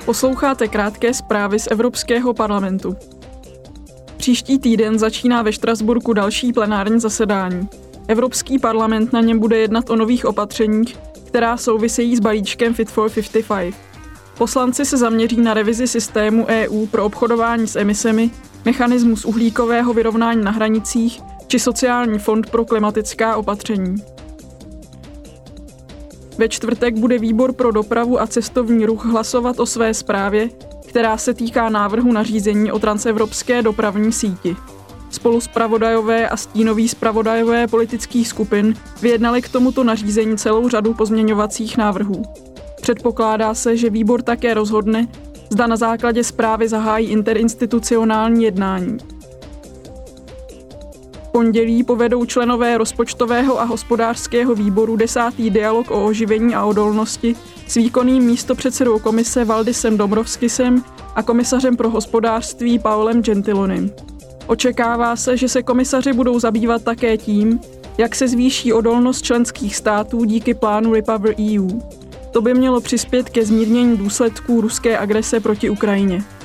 Posloucháte krátké zprávy z Evropského parlamentu. Příští týden začíná ve Štrasburku další plenární zasedání. Evropský parlament na něm bude jednat o nových opatřeních, která souvisejí s balíčkem Fit for 55. Poslanci se zaměří na revizi systému EU pro obchodování s emisemi, mechanismus uhlíkového vyrovnání na hranicích či sociální fond pro klimatická opatření. Ve čtvrtek bude výbor pro dopravu a cestovní ruch hlasovat o své zprávě, která se týká návrhu nařízení o transevropské dopravní síti. Spoluzpravodajové a stínoví zpravodajové politických skupin vyjednali k tomuto nařízení celou řadu pozměňovacích návrhů. Předpokládá se, že výbor také rozhodne, zda na základě zprávy zahájí interinstitucionální jednání. V pondělí povedou členové rozpočtového a hospodářského výboru 10. dialog o oživení a odolnosti s výkonným místopředsedou komise Valdisem Dombrovskisem a komisařem pro hospodářství Paolem Gentilonim. Očekává se, že se komisaři budou zabývat také tím, jak se zvýší odolnost členských států díky plánu REPowerEU. To by mělo přispět ke zmírnění důsledků ruské agrese proti Ukrajině.